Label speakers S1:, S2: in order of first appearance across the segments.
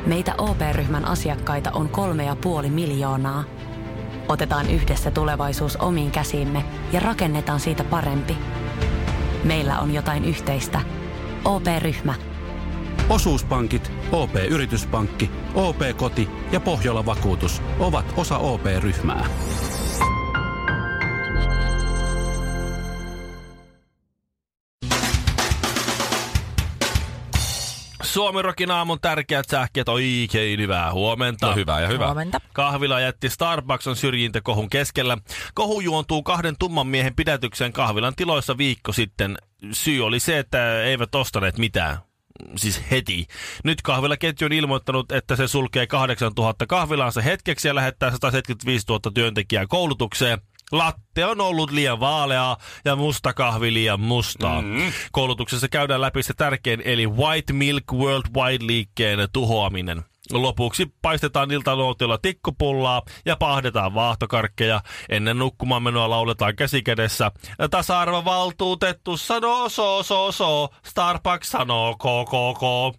S1: Meitä OP-ryhmän asiakkaita on 3,5 miljoonaa. Otetaan yhdessä tulevaisuus omiin käsiimme ja rakennetaan siitä parempi. Meillä on jotain yhteistä. OP-ryhmä.
S2: Osuuspankit, OP-yrityspankki, OP-koti ja Pohjola-vakuutus ovat osa OP-ryhmää.
S3: Suomi-rokin aamun tärkeät sähkeet, oikein hyvää huomenta.
S4: No hyvää ja hyvää.
S5: Huomenta.
S3: Kahvila jätti Starbucksin syrjintäkohun keskellä. Kohu juontuu 2 tumman miehen pidätykseen kahvilan tiloissa viikko sitten. Syy oli se, että eivät ostaneet mitään. Siis heti. Nyt kahvilaketju on ilmoittanut, että se sulkee 8000 kahvilaansa hetkeksi ja lähettää 175 000 työntekijää koulutukseen. Latte on ollut liian vaaleaa ja musta kahvi liian mustaa. Koulutuksessa käydään läpi se tärkein, eli White Milk Worldwide-liikkeen tuhoaminen. Lopuksi paistetaan iltaluotiolla tikkupullaa ja pahdetaan vaahtokarkkeja. Ennen nukkumaan menoa lauletaan käsikädessä. Tasa-arvovaltuutettu sanoo so. Starbucks sanoo ko.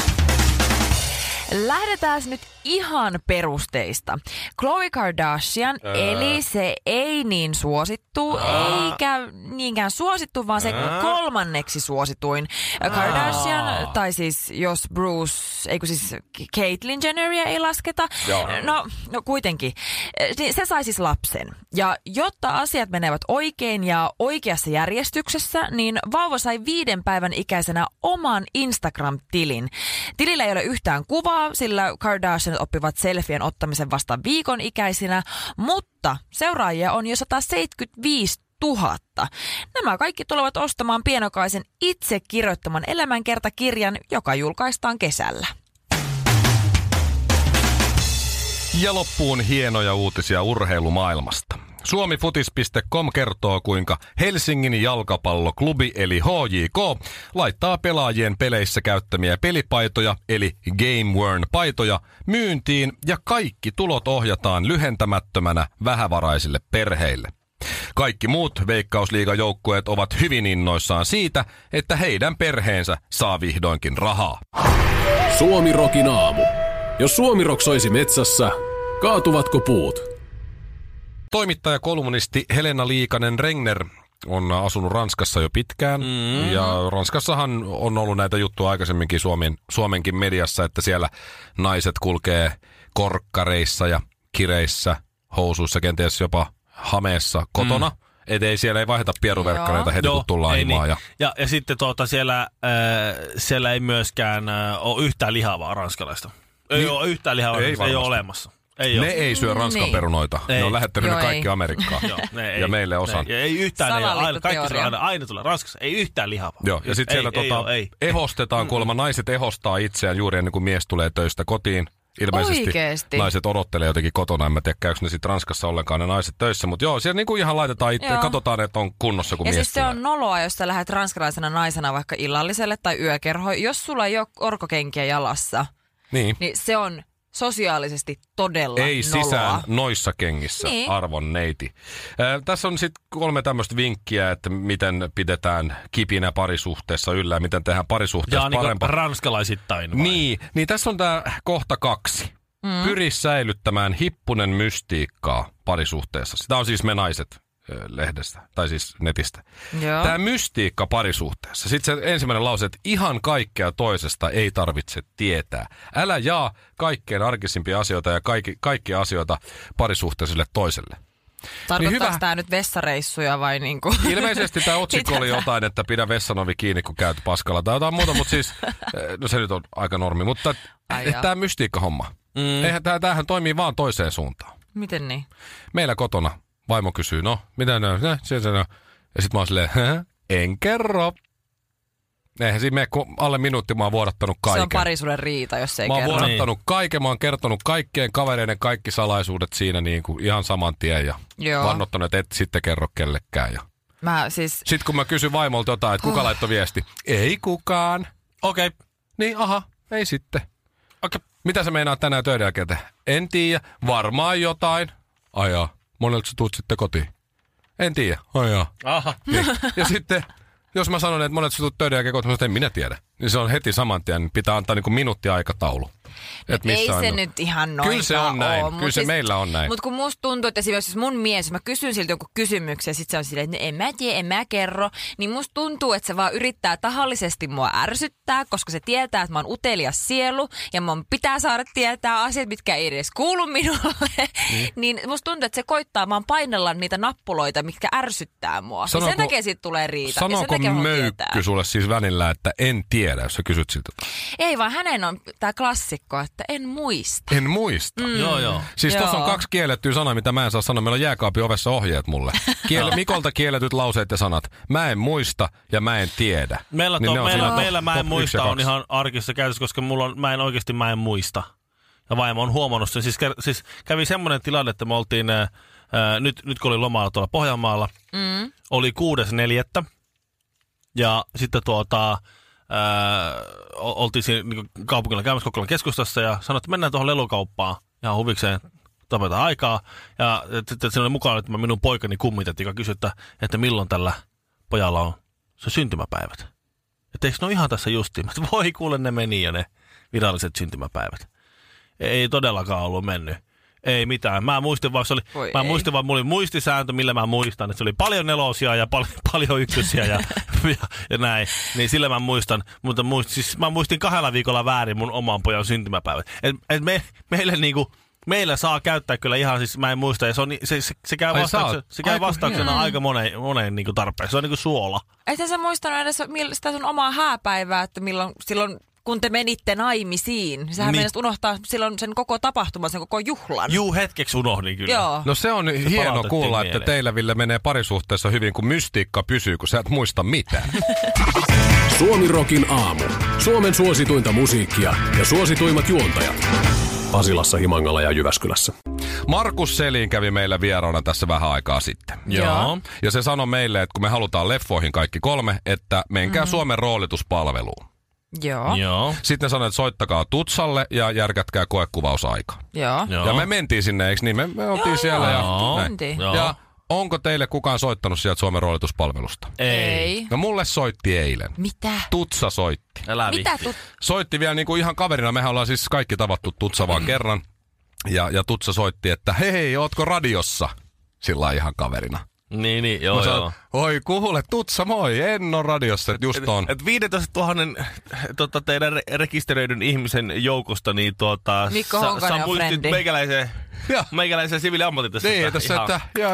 S5: Lähdetään nyt ihan perusteista. Khloe Kardashian, eli se ei niin suosittu, eikä niinkään suosittu, vaan se 3. suosituin Kardashian, tai siis jos Caitlyn Jenneria ei lasketa, no kuitenkin, se sai siis lapsen. Ja jotta asiat menevät oikein ja oikeassa järjestyksessä, niin vauva sai 5 päivän ikäisenä oman Instagram-tilin. Tilillä ei ole yhtään kuvaa, sillä Kardashian oppivat selfien ottamisen vasta viikon ikäisinä, mutta seuraajia on jo 175 000. Nämä kaikki tulevat ostamaan pienokaisen itse kirjoittaman elämänkertakirjan, joka julkaistaan kesällä.
S4: Ja loppuun hienoja uutisia urheilumaailmasta. Suomifutis.com kertoo, kuinka Helsingin jalkapalloklubi eli HJK laittaa pelaajien peleissä käyttämiä pelipaitoja eli Game Worn-paitoja myyntiin ja kaikki tulot ohjataan lyhentämättömänä vähävaraisille perheille. Kaikki muut Veikkausliigajoukkueet ovat hyvin innoissaan siitä, että heidän perheensä saa vihdoinkin rahaa.
S6: Suomi-rokin aamu. Jos Suomi-rok soisi metsässä, kaatuvatko puut?
S4: Toimittaja kolumnisti Helena Liikanen-Regner on asunut Ranskassa jo pitkään. Ja Ranskassahan on ollut näitä juttuja aikaisemminkin Suomenkin mediassa, että siellä naiset kulkee korkkareissa ja kireissä, housuissa, kenties jopa hameessa kotona. Ei siellä ei vaihdeta pieruverkkareita heti kun tullaan himaan.
S3: Niin. Ja sitten siellä ei myöskään ole yhtään lihavaa ranskalaista. Ei ole yhtään lihavaa, ei ole olemassa.
S4: Ei syö Ranskan perunoita. Ne on lähettänyt ne kaikki Amerikkaan. Ja meille osan.
S3: Ei yhtään, kaikki aina tulee Ranskassa. Ei yhtään lihavaa.
S4: Joo, ja sitten siellä ehostetaan, kuulemma naiset ehostaa itseään juuri ennen kuin mies tulee töistä kotiin. Ilmeisesti oikeesti naiset odottelee jotenkin kotona. En mä tiedä, käykö ne sitten Ranskassa ollenkaan ne naiset töissä. Mutta joo, siellä niinku ihan laitetaan itse, katsotaan, että on kunnossa, kun mies
S5: siis tulee. Se on noloa, jos sä lähdet ranskalaisena naisena vaikka illalliselle tai yökerhoon. Jos sulla ei ole orkokenkiä jalassa, niin se on sosiaalisesti todella
S4: ei
S5: noloa.
S4: Sisään noissa kengissä, niin. Arvon neiti. Tässä on sitten 3 tämmöistä vinkkiä, että miten pidetään kipinä parisuhteessa yllä ja miten tehdään parisuhteessa parempaa.
S3: Ranskalaisittain vai?
S4: Niin tässä on tämä kohta 2. Pyri säilyttämään hippunen mystiikkaa parisuhteessa. Sitä on siis Me naiset lehdestä, tai siis netistä. Joo. Tämä mystiikka parisuhteessa. Sitten se ensimmäinen lause, että ihan kaikkea toisesta ei tarvitse tietää. Älä jaa kaikkein arkisimpia asioita ja kaikkia asioita parisuhteiselle toiselle.
S5: Tarkoittaako niin tämä nyt vessareissuja vai niinku?
S4: Ilmeisesti tämä otsikko oli jotain, että pidä vessanovi kiinni, kun käyt paskalla tai jotain muuta, mutta siis, no se nyt on aika normi. Mutta tämä mystiikka-homma, tämähän toimii vaan toiseen suuntaan.
S5: Miten niin?
S4: Meillä kotona vaimo kysyy, no, mitä ne on? Ja sit mä oon silleen, en kerro. Eihän siinä mene, kun alle minuutti mä oon vuodattanut kaiken.
S5: Se on parisuuden riita, jos ei kerro.
S4: Mä oon vuodattanut kaiken, mä oon kertonut kaikkien kavereiden kaikki salaisuudet siinä niin kuin ihan saman tien. Ja vannottanut, että et sitten kerro kellekään. Ja sitten kun mä kysyn vaimolta jotain, että kuka laittoi viesti? Ei kukaan.
S3: Okei.
S4: Niin, ei sitten.
S3: Okei.
S4: Mitä sä meinaat tänään töiden jälkeen tehdä? En tiedä. Varmaan jotain. Ajaa. Monelta sä tuut sitten kotiin? En tiedä. Ajaa.
S3: Aha.
S4: Niin. Ja sitten, jos mä sanon, että monet sä tuut töiden jälkeen kotiin, mä sanon, en minä tiedä. niin se on heti saman tien. Pitää antaa niinku minuuttiaikataulu.
S5: Ei se nyt ihan noin.
S4: Kyllä se on näin. Kyllä se meillä on näin.
S5: Mutta kun musta tuntuu, että esimerkiksi mun mies, mä kysyn siltä jonkun kysymyksen ja sit se on silleen, että en mä tiedä, en mä kerro. Niin musta tuntuu, että se vaan yrittää tahallisesti mua ärsyttää, koska se tietää, että mä oon utelias sielu ja mun pitää saada tietää asiat, mitkä ei edes kuulu minulle. Niin musta tuntuu, että se koittaa vaan painella niitä nappuloita, mitkä ärsyttää mua. Sanooko, sen takia siitä tulee riita.
S4: Sanooko möykky sulle siis välillä, että en tiedä, jos sä kysyt siltä?
S5: Ei vaan hänen on tää klassikko, että en muista.
S4: En muista?
S3: Joo.
S4: Siis tuossa on 2 kiellettyä sanaa, mitä mä en saa sanoa. Meillä on jääkaapin ovessa ohjeet mulle. Mikolta kielletyt lauseet ja sanat. Mä en muista ja mä en tiedä.
S3: Meillä mä en muista on ihan arkissa käytössä, koska mä en muista. Ja vaimo on huomannut sen. Siis kävi semmoinen tilanne, että me oltiin, nyt kun oli lomalla tuolla Pohjanmaalla, oli 6.4. Ja sitten oltiin siinä niin kaupungilla käymässä Kokkolan keskustassa ja sanoi, että mennään tuohon lelukauppaan ihan huvikseen, tapetaan aikaa. Ja sitten siinä oli mukana, että minun poikani kummitettiin, joka kysyi, että milloin tällä pojalla on se syntymäpäivät. Että eikö ne ole ihan tässä justiin? Että voi kuule, ne meni jo ne viralliset syntymäpäivät. Ei todellakaan ollut mennyt. Ei mitään. Mä muistin vaan, mulla oli muistisääntö, millä mä muistan, että se oli paljon nelosia ja paljon ykkösiä ja näin. Niin sillä mä muistan, mutta mä muistin 2 viikolla väärin mun oman pojan syntymäpäivät. Meillä saa käyttää kyllä ihan, siis mä en muista, ja se käy vastauksena aika moneen niin tarpeeseen. Se on niin kuin suola.
S5: Ethän sä muistanut edes sitä sun omaa hääpäivää, että silloin kun te menitte naimisiin. Sähän menisit unohtaa silloin sen koko tapahtuman, sen koko juhlan.
S3: Juu, hetkeksi unohdin kyllä.
S5: Joo.
S4: No se on hieno kuulla, että teillä, Ville, menee parisuhteessa hyvin, kun mystiikka pysyy, kun sä et muista mitään.
S6: Suomirokin aamu. Suomen suosituinta musiikkia ja suosituimmat juontajat. Pasilassa, Himangalla ja Jyväskylässä.
S4: Markus Selin kävi meillä vieraana tässä vähän aikaa sitten.
S3: Joo.
S4: Ja se sanoi meille, että kun me halutaan leffoihin kaikki 3, että menkää Suomen roolituspalveluun.
S5: Joo.
S4: Sitten sanoi, että soittakaa Tutsalle ja järkätkää koekuvausaika.
S5: Joo.
S4: Ja me mentiin sinne, eikö niin? Me oltiin siellä ja
S5: mentiin.
S4: Ja onko teille kukaan soittanut sieltä Suomen roolituspalvelusta?
S5: Ei.
S4: No mulle soitti eilen.
S5: Mitä?
S4: Tutsa soitti.
S3: Mitä
S4: soitti vielä niinku ihan kaverina. Mehän ollaan siis kaikki tavattu Tutsa vaan kerran. Ja Tutsa soitti, että hei, ootko radiossa? Sillä ihan kaverina.
S3: Niin, joo.
S4: Oi kuule, Tutsa, moi, en ole radiossa, että just on.
S3: 15 000 teidän rekisteröidyn ihmisen joukosta, niin
S5: Mikko Honkanen on frendi.
S3: Meikäläisen siviiliammatilta.
S4: Niin, tässä, että joo.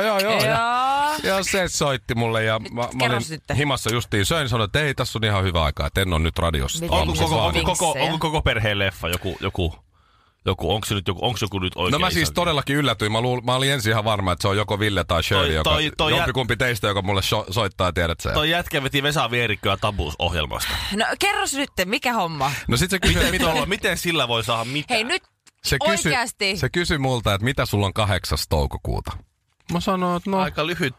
S4: Ja se soitti mulle ja mä olin himassa justiin söin, sanoin, että ei, tässä on ihan hyvä aika, että en ole nyt radiossa.
S3: Onko koko perheen leffa joku? Onko joku nyt oikein?
S4: No mä siis todellakin yllätyin. Mä olin ensin ihan varma, että se on joko Ville tai Shirley, jompikumpi teistä, joka mulle soittaa ja tiedät sen.
S3: Toi jätkä veti Vesa Vierikköä Tabuus-ohjelmasta.
S5: No kerros nyt, mikä homma?
S4: No sit se kysyi,
S3: miten sillä voi saada mitään?
S5: Hei nyt oikeasti.
S4: Se kysyi multa, että mitä sulla on 8. toukokuuta. Mä sanoin, että
S3: aika lyhyt.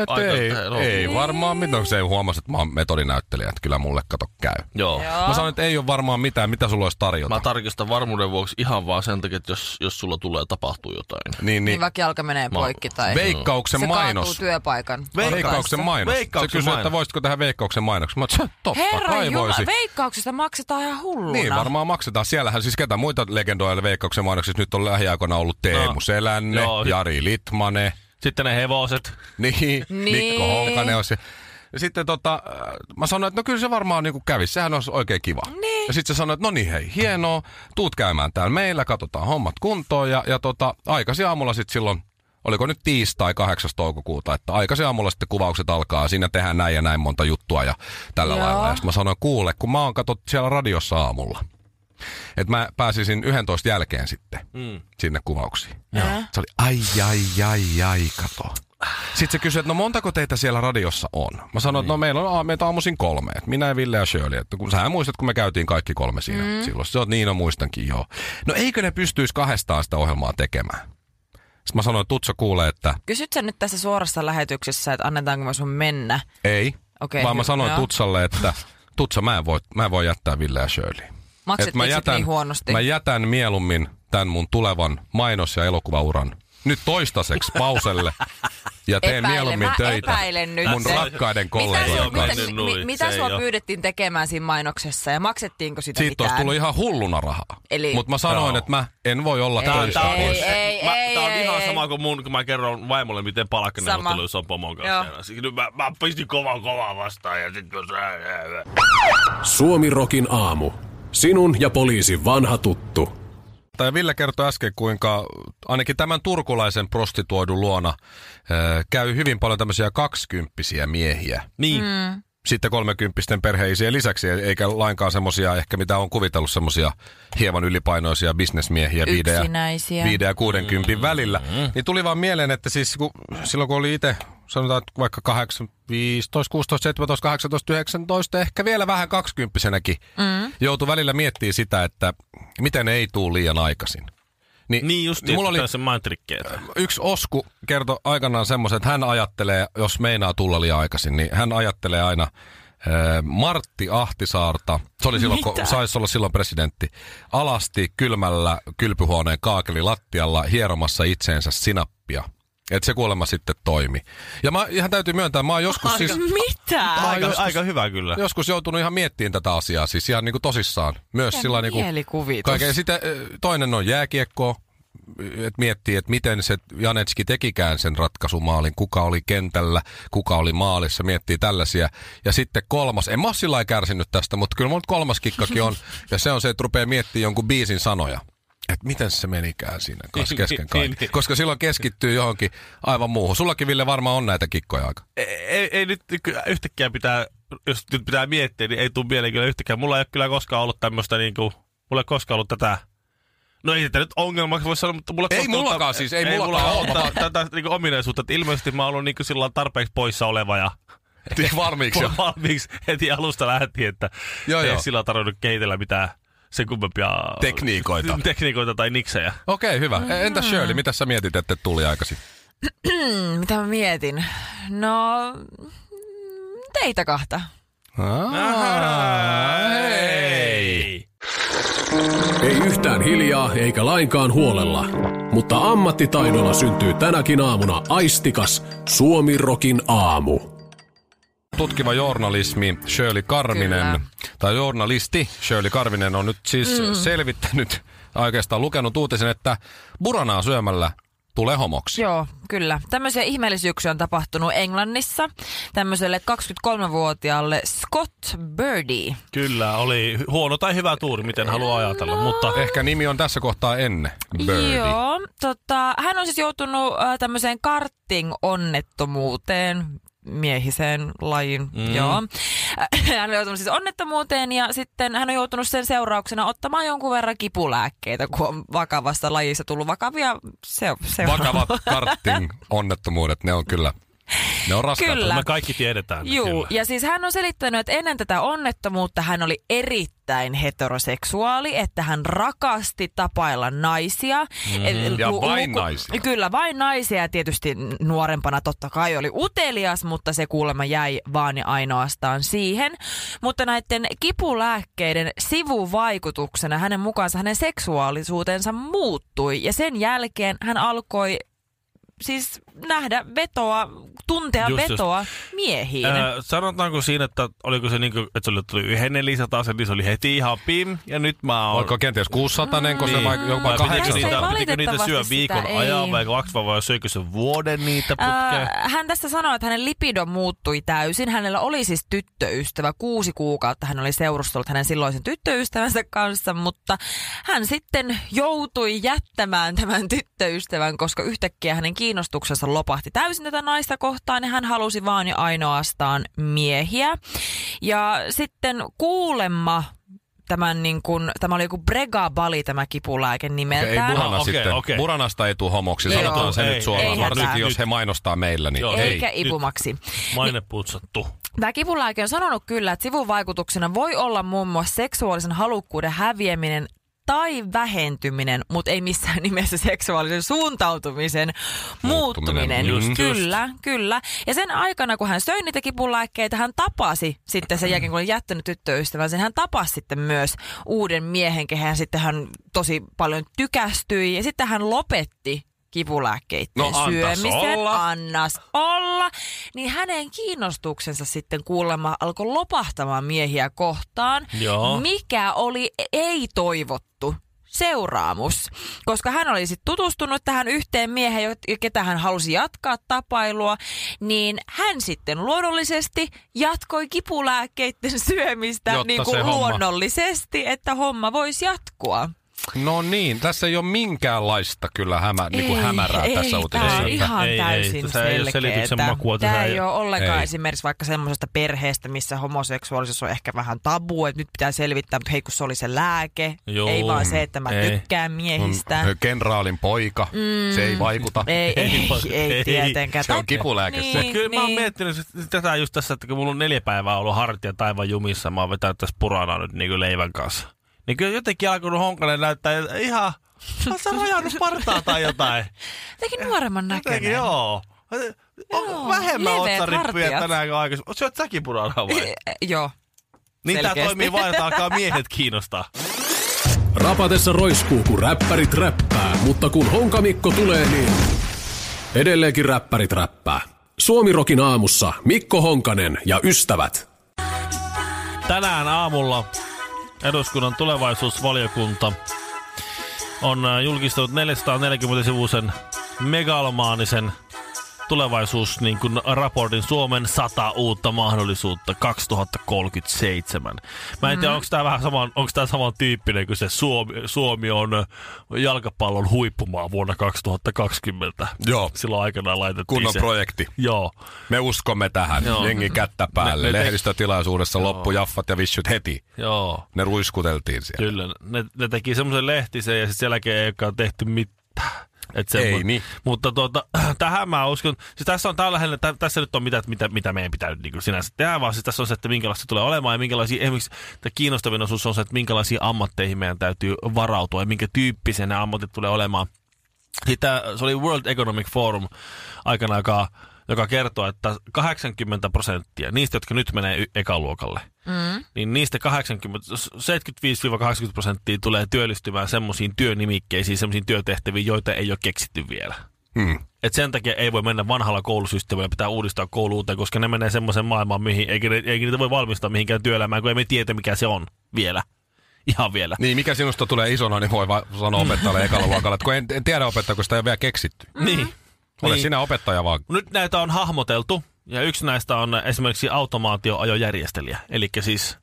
S4: Ei varmaan mitään, se ei huomasi, että mä oon metodinäyttelijä, että kyllä mulle kato käy.
S3: Joo.
S4: Mä sanoin, että ei ole varmaan mitään, mitä sulla olisi tarjota.
S3: Mä tarkistan varmuuden vuoksi ihan vaan sen takia, että jos sulla tulee tapahtuu jotain.
S5: Niin väkialka menee poikki tai...
S4: Veikkauksen mainos.
S5: Se kaatuu työpaikan.
S4: Veikkauksen mainos. Se kysyi, että voisitko tehdä Veikkauksen mainoksen. Mä sanoin, totta kai voisi.
S5: Veikkauksesta maksetaan ihan hulluna.
S4: Niin, varmaan maksetaan. Siellähän siis ketä muita legendoja Veikkauksen mainoksissa nyt on lähiaikoina ollut Teemu Selänne, Jari Litmanen.
S3: Sitten ne hevoset.
S4: Niin. Mikko Honkanen olisi. Ja sitten mä sanoin, että no kyllä se varmaan niin kuin kävisi. Sehän olisi oikein kiva.
S5: Niin.
S4: Ja sitten se sanoi, että no niin hei, hienoa. Tuut käymään täällä meillä, katsotaan hommat kuntoon. Ja aikaisin aamulla sitten silloin, oliko nyt tiistai 8. toukokuuta, että aikaisin aamulla sitten kuvaukset alkaa. Siinä tehdään näin ja näin monta juttua ja tällä lailla. Ja sitten mä sanoin, kuule, kun mä oon katsottu siellä radiossa aamulla. Että mä pääsisin 11 jälkeen sitten sinne kuvauksiin. Se oli ai, kato. Sitten se kysyi, että no montako teitä siellä radiossa on? Mä sanoin, että no meitä aamuisin 3. Että minä ja Ville ja Shirley. Että kun sähän muistat, kun me käytiin kaikki 3 siinä silloin. Se on niin, no muistankin joo. No eikö ne pystyisi 2 sitä ohjelmaa tekemään? Sitten mä sanoin, että Tutsa kuulee, että...
S5: Kysyt sä nyt tässä suorassa lähetyksessä, että annetaanko mä sun mennä?
S4: Ei, vaan mä sanoin Tutsalle, että Tutsa, mä en voi jättää Ville ja Shirley.
S5: Maksettiin sitten niin huonosti.
S4: Mä jätän mieluummin tämän mun tulevan mainos- ja elokuvauran nyt toistaiseksi pauselle. Ja teen mieluummin töitä
S5: nyt
S4: mun rakkaiden kollegojen kanssa.
S5: Mitä sua pyydettiin tekemään siinä mainoksessa ja maksettiinko sitä
S4: siitä
S5: mitään?
S4: Siitä olisi tullut ihan hulluna rahaa. Mutta mä sanoin, että mä en voi olla töissä pois.
S3: Tää on ihan sama kuin kun mä kerron vaimolle, miten palkkaneuvotteluissa on pomon kanssa. Mä pistin kovaa vastaan ja sit
S6: Suomi-rokin aamu. Sinun ja poliisin vanha tuttu.
S4: Ville kertoi äsken, kuinka ainakin tämän turkulaisen prostituoidun luona käy hyvin paljon tämmöisiä 20-vuotiaita miehiä.
S3: Niin.
S4: Sitten 30-vuotiaiden perheisiä lisäksi, eikä lainkaan semmoisia, ehkä mitä on kuvitellut, semmoisia hieman ylipainoisia bisnesmiehiä 5 ja 60 välillä. Niin tuli vaan mieleen, että siis silloin kun oli itse, sanotaan vaikka 15, 16, 17, 18, 19, ehkä vielä vähän 20-vuotiaanakin, joutui välillä miettimään sitä, että miten ei tule liian aikaisin.
S3: Niin just, mulla oli sen mindtrikkeitä.
S4: Yksi osku kertoi aikanaan semmoisen, että hän ajattelee, jos meinaa tulla liian aikaisin, niin hän ajattelee aina Martti Ahtisaarta, se oli silloin, kun saisi olla silloin presidentti, alasti kylmällä kylpyhuoneen kaakelilattialla hieromassa itseensä sinappia. Että se kuulemma sitten toimi. Ja mä ihan täytyy myöntää, mä oon joskus siis...
S5: Mitä?
S3: Aika hyvä kyllä.
S4: Joskus joutunut ihan miettimään tätä asiaa, siis ihan niinku tosissaan. Myös sillä niinku...
S5: Mielikuvitus.
S4: Sitten toinen on jääkiekko, että miettii, että miten se Janetski tekikään sen ratkaisumaalin, kuka oli kentällä, kuka oli maalissa, miettii tällaisia. Ja sitten kolmas, en mä ole sillä lailla kärsinyt tästä, mutta kyllä mun kolmas kikkakin on, ja se on se, että rupeaa miettimään jonkun biisin sanoja. Että miten se menikään siinä kanssa kesken kaiken. Koska silloin keskittyy johonkin aivan muuhun. Sullakin, Ville, varmaan on näitä kikkoja aika.
S3: Ei nyt yhtäkkiä pitää, jos nyt pitää miettiä, niin ei tule mieleen kyllä yhtäkkiä. Mulla ei ole kyllä koskaan ollut tämmöistä niinku, mulla ei koskaan ollut tätä. No ei tätä nyt ongelmaksi voi sanoa, mutta mulla
S4: ei mullakaan siis, ei mullakaan
S3: ole tätä niinku ominaisuutta, että ilmeisesti mä oon ollut niinku sillä tarpeeksi poissa oleva ja valmiiksi heti alusta lähtien, että ei sillä tarvinnut kehitellä mitään sen kummempia tekniikoita tai niksejä.
S4: Okei, hyvä. Entäs Shirley, mitä sä mietit, että tuli aikaisin?
S5: Mitä mä mietin? No, teitä kahta.
S6: Hei! Ei yhtään hiljaa eikä lainkaan huolella, mutta ammattitaidolla syntyy tänäkin aamuna aistikas Suomi-rokin aamu.
S4: Tutkiva journalismi Shirley Karvinen, tai journalisti Shirley Karvinen on nyt siis selvittänyt, oikeastaan lukenut uutisen, että buranaa syömällä tulee homoksi.
S5: Joo, kyllä. Tämmöisiä ihmeellisyyksiä on tapahtunut Englannissa tämmöiselle 23-vuotiaalle Scott Birdie.
S3: Kyllä, oli huono tai hyvä tuuri, miten haluaa ajatella, mutta...
S4: Ehkä nimi on tässä kohtaa ennen Birdie.
S5: Joo, hän on siis joutunut tämmöiseen karting-onnettomuuteen, miehiseen lajin, joo. Hän on joutunut siis onnettomuuteen ja sitten hän on joutunut sen seurauksena ottamaan jonkun verran kipulääkkeitä, kun on vakavasta lajissa tullut vakavia
S4: Vakavat karting-onnettomuudet, ne on kyllä... Ne on raskaita.
S5: Kyllä.
S3: Me kaikki tiedetään.
S5: Juu, ja siis hän on selittänyt, että ennen tätä onnettomuutta hän oli erittäin heteroseksuaali, että hän rakasti tapailla naisia.
S4: Ja vain naisia.
S5: Kyllä, vain naisia, ja tietysti nuorempana totta kai oli utelias, mutta se kuulemma jäi vaan ja ainoastaan siihen. Mutta näiden kipulääkkeiden sivuvaikutuksena hänen mukaansa hänen seksuaalisuutensa muuttui, ja sen jälkeen hän alkoi siis nähdä tuntea vetoa miehiin.
S3: Sanotaanko siinä, että oliko se niin kuin, että se tuli 1,400, niin se oli heti ihan pim, ja nyt mä oon...
S4: Oliko kenties 600, kun se vai jopa 800?
S3: Pitikö niitä syö viikon ajan, vai 2 vai syökö se vuoden niitä putkeen?
S5: Hän tässä sanoi, että hänen lipido muuttui täysin. Hänellä oli siis tyttöystävä, 6 kuukautta hän oli seurustellut hänen silloisen tyttöystävänsä kanssa, mutta hän sitten joutui jättämään tämän tyttöystävän, koska yhtäkkiä hänen kiinnostuksensa lopahti täysin tätä naista kohtaan ja hän halusi vaan ja ainoastaan miehiä. Ja sitten kuulemma tämä oli joku Bregabali tämä kipulääke nimeltään.
S4: Ei burana sitten. Buranasta ei tule homoksi, sanotaan se nyt suoraan. Varsinkin jos he mainostaa meillä, niin
S5: eikä ipumaksi.
S3: Maine putsattu.
S5: Tämä kipulääke on sanonut kyllä, että sivuvaikutuksena voi olla muun muassa seksuaalisen halukkuuden häviäminen tai vähentyminen, mutta ei missään nimessä seksuaalisen suuntautumisen muuttuminen. Kyllä. Ja sen aikana, kun hän söi niitä kipulääkkeitä, hän tapasi sitten sen jälkeen, kun oli jättänyt tyttöystävänsä, hän tapasi sitten myös uuden miehen, kehen sitten hän tosi paljon tykästyi. Ja sitten hän lopetti kipulääkkeiden syömisen, annas olla, niin hänen kiinnostuksensa sitten kuulemma alkoi lopahtamaan miehiä kohtaan, mikä oli ei-toivottu seuraamus, koska hän oli sitten tutustunut tähän yhteen mieheen, ketä hän halusi jatkaa tapailua, niin hän sitten luonnollisesti jatkoi kipulääkkeiden syömistä niin kuin luonnollisesti, että homma voisi jatkua.
S4: No niin, tässä ei ole minkäänlaista kyllä hämärää tässä uutisessa.
S5: Tämä on ihan täysin selkeää. Tämä ei ole ollenkaan esimerkiksi vaikka semmoisesta perheestä, missä homoseksuaalisuus on ehkä vähän tabu, että nyt pitää selvittää, mutta hei kun se oli se lääke, ei vaan se, että mä tykkään miehistä.
S4: Kenraalin poika, se ei vaikuta.
S5: Ei tietenkään.
S4: Se on kipulääke.
S3: Kyllä mä oon miettinyt tätä just tässä, että kun mulla on 4 päivää ollut hartia taivaan jumissa, mä oon vetänyt tässä puranaa nyt niin kuin leivän kanssa. Niin kyllä jotenkin alkanut Honkanen näyttää ihan, oot sä rajannut partaa tai jotain.
S5: Jotenkin nuoremman näköinen.
S3: Joo. Vähemmän otsarippuja tänään kuin aikaisemmin. Syöt säkin puranaa vai?
S5: Joo.
S3: Niin tää toimii vain, että alkaa miehet kiinnostaa.
S6: Rapatessa roiskuu, kun räppärit räppää, mutta kun Honkamikko tulee, niin edelleenkin räppärit räppää. Suomi-rokin aamussa Mikko Honkanen ja ystävät.
S3: Tänään aamulla eduskunnan tulevaisuusvaliokunta on julkistanut 440-sivuisen megalomaanisen tulevaisuus niin kuin raportin Suomen 100 uutta mahdollisuutta 2037. Mä en tiedä, onko tämä saman tyyppinen kuin se Suomi on jalkapallon huippumaa vuonna 2020.
S4: Joo.
S3: Silloin aikanaan laitettiin
S4: kunnon
S3: se.
S4: Projekti.
S3: Joo.
S4: Me uskomme tähän.
S3: Joo.
S4: Jengi kättä päälle. Lehdistötilaisuudessa loppu jaffat ja vissyt heti.
S3: Joo.
S4: Ne ruiskuteltiin siellä.
S3: Kyllä. Ne teki semmoisen lehtisen ja sen jälkeen ei olekaan tehty mitään.
S4: Ei niin.
S3: Mutta tähän mä uskon, siis tässä on tällä lähellä, tässä nyt on mitä meidän pitää niin sinänsä tehdä, vaan siis tässä on se, että minkälaista tulee olemaan ja minkälaisia, esimerkiksi kiinnostavin osuus on se, että minkälaisia ammatteihin meidän täytyy varautua ja minkä tyyppisiä ne ammatit tulee olemaan. Se oli World Economic Forum aikana, joka kertoo, että 80% niistä, jotka nyt menee ekaluokalle, niin niistä 75-80% tulee työllistymään semmoisiin työnimikkeisiin, semmoisiin työtehtäviin, joita ei ole keksitty vielä. Et sen takia ei voi mennä vanhalla koulusysteemillä, pitää uudistaa kouluuteen, koska ne menee semmoisen maailmaan, mihin eikä niitä voi valmistaa mihinkään työelämään, kun ei me tiedä, mikä se on vielä. Ihan vielä.
S4: Niin, mikä sinusta tulee isona, niin voi sanoa opettajalle ekalla luokalla, että kun en tiedä opettaa, kun sitä ei ole vielä keksitty.
S3: Niin.
S4: Ole sinä opettaja vaan.
S3: Nyt näitä on hahmoteltu, ja yksi näistä on esimerkiksi automaatioajojärjestelijä. Eli siis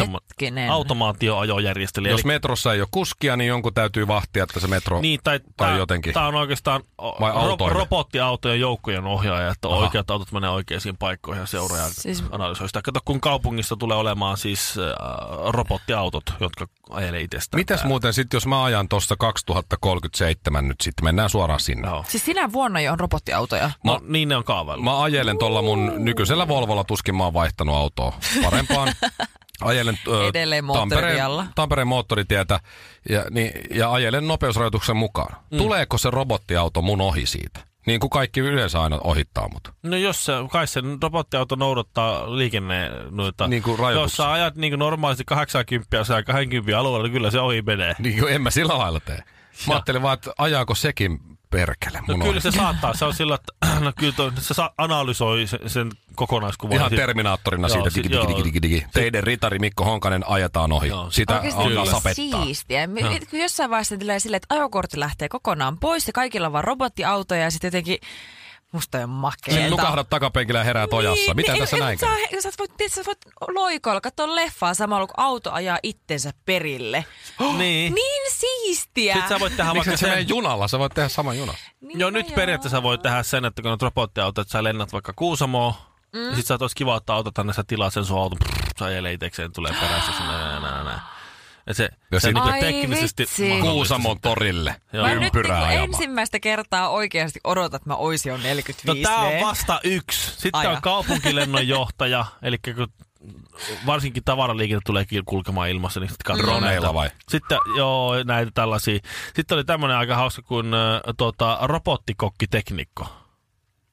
S3: automaatioajojärjestelijä.
S4: Jos metrossa ei ole kuskia, niin jonkun täytyy vahtia, että se metro
S3: niin,
S4: tai jotenkin.
S3: Tämä on oikeastaan robottiautojen joukkojen ohjaaja, että oikeat autot menee oikeisiin paikkoihin ja seuraa ja analysoi sitä. Kato, kun kaupungissa tulee olemaan siis robottiautot, jotka ajelee itsestään.
S4: Mitäs muuten sitten, jos mä ajan tuossa 2037 nyt sitten, mennään suoraan sinne.
S5: No. Siis sinä vuonna jo on robottiautoja?
S3: No niin ne on kaavailla.
S4: Mä ajelen tuolla mun nykyisellä Volvolla, tuskin mä oon vaihtanut autoa parempaan. Ajelen Tampereen moottoritietä ja ajelen nopeusrajoituksen mukaan. Tuleeko se robottiauto mun ohi siitä? Niin kuin kaikki yleensä aina ohittaa mut.
S3: No jos kai se robottiauto noudattaa liikenne noita.
S4: Niin kuin
S3: jos sä ajat niin kuin normaalisti 80 ja 20 alueella, niin kyllä se ohi menee.
S4: Niin kuin en mä sillä lailla tee. Mä ajattelin vaan, että ajaako sekin perkele.
S3: No kyllä se saattaa. Se on sillä, että se analysoi sen kokonaiskuvan.
S4: Ihan Terminaattorina siitä. Digi. Teidän ritari Mikko Honkanen ajetaan ohi.
S3: Joo.
S4: Sitä alkaa sapettaa.
S5: Siistiä. Jossain vaiheessa tulee silleen, että ajokortti lähtee kokonaan pois ja kaikilla on vaan robottiautoja ja sitten jotenkin musta on makeeta.
S4: Sitten nukahdat takapenkillä ja heräät ojassa. Mitä tässä näin?
S5: Sä voit loikoilla katsoa leffaa samalla, kun auto ajaa itsensä perille.
S3: Niin
S5: siistiä.
S3: Sitten sä voit tehdä
S4: vaikka se menee junalla? Sä voit tehdä saman junan.
S5: Niin,
S3: joo, nyt periaatteessa voit tehdä sen, että kun on robottiauto, että sä lennät vaikka Kuusamoon, ja sit sä oot kiva ottaa auto tänne, sä tilaa sen sun auton, sä ajelee itekseen, tulee perässä sinne, näin. Ja se niin teknisesti
S4: Kuusamon torille.
S5: Mä nyt ensimmäistä kertaa oikeasti odotan, että mä oisin jo 45.
S3: No tää on vasta yksi. Sitten on kaupunkilennonjohtaja, eli kun varsinkin tavaraliikenne tulee kulkemaan ilmassa, niin sitten katsotaan
S4: droneilla vai?
S3: Sitten näitä tällaisia. Sitten oli tämmönen aika hauska kuin robottikokkiteknikko.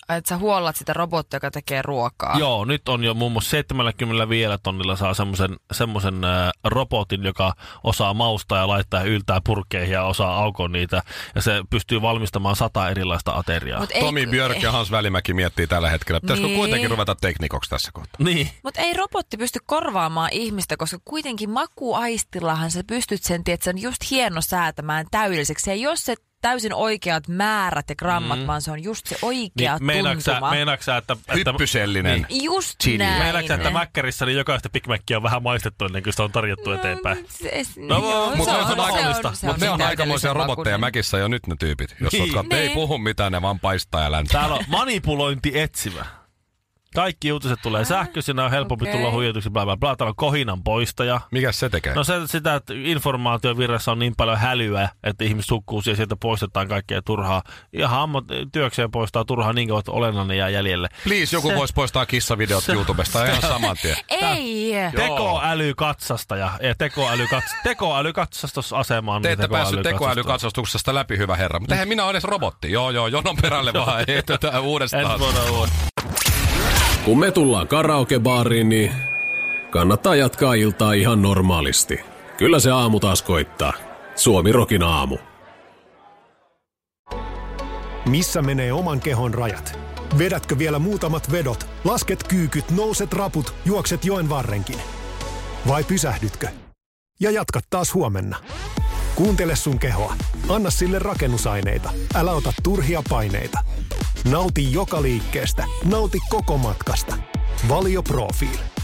S5: Että sä huollat sitä robottia, joka tekee ruokaa.
S3: Joo, nyt on jo muun muassa 75 tonnilla saa semmoisen robotin, joka osaa maustaa ja laittaa ja yltää purkkeihin ja osaa aukoa niitä. Ja se pystyy valmistamaan 100 erilaista ateriaa.
S4: Tomi Björk ja Hans Välimäki miettii tällä hetkellä. Pitäisikö kuitenkin ruveta teknikoksi tässä kohtaa?
S3: Niin.
S5: Mutta ei robotti pysty korvaamaan ihmistä, koska kuitenkin makuaistillahan sä pystyt sen just hieno säätämään täydelliseksi. Ja jos se täysin oikeat määrät ja grammat, vaan se on just se oikea tuntuma.
S3: Meinaksä, että
S4: hyppysellinen.
S5: Niin. Just
S4: chili.
S5: näin.
S3: Meinaksä, että Mäkkärissä niin jokaista Big Macia on vähän maistettu ennen kuin sitä on tarjottu eteenpäin.
S4: Mutta ne on aikamoisia robotteja Mäkissä jo nyt ne tyypit. Jos ei puhu mitään, ne vaan paistaa ja läntää.
S3: Täällä on manipulointi etsivä. Kaikki uutiset tulee sähköisenä, on helpompi tulla huijatuksi, bla bla bla. Täällä on kohinan poistaja.
S4: Mikäs se tekee?
S3: No sitä, että informaatiovirrassa on niin paljon hälyä, että ihmiset hukkuu ja sieltä poistetaan kaikkea turhaa. Ihan työkseen poistaa turhaa niin kauan, että olennainen jää jäljelle.
S4: Please, joku voisi poistaa kissavideot YouTubesta ihan saman tien.
S5: Ei!
S3: Tekoälykatsastaja ja tekoälykatsastusasemaan.
S4: Te ette päässyt tekoälykatsastuksesta läpi, hyvä herra. Mutta eihän minä ole edes robotti. Joo, jonon perälle vaan. Ei tätä uudestaan.
S6: Kun me tullaan karaokebaariin, niin kannattaa jatkaa iltaa ihan normaalisti. Kyllä se aamu taas koittaa. Suomi Rokin aamu.
S7: Missä menee oman kehon rajat? Vedätkö vielä muutamat vedot, lasket kyykyt, nouset raput, juokset joen varrenkin? Vai pysähdytkö? Ja jatkat taas huomenna. Kuuntele sun kehoa. Anna sille rakennusaineita. Älä ota turhia paineita. Nauti joka liikkeestä. Nauti koko matkasta. Valio Profiil.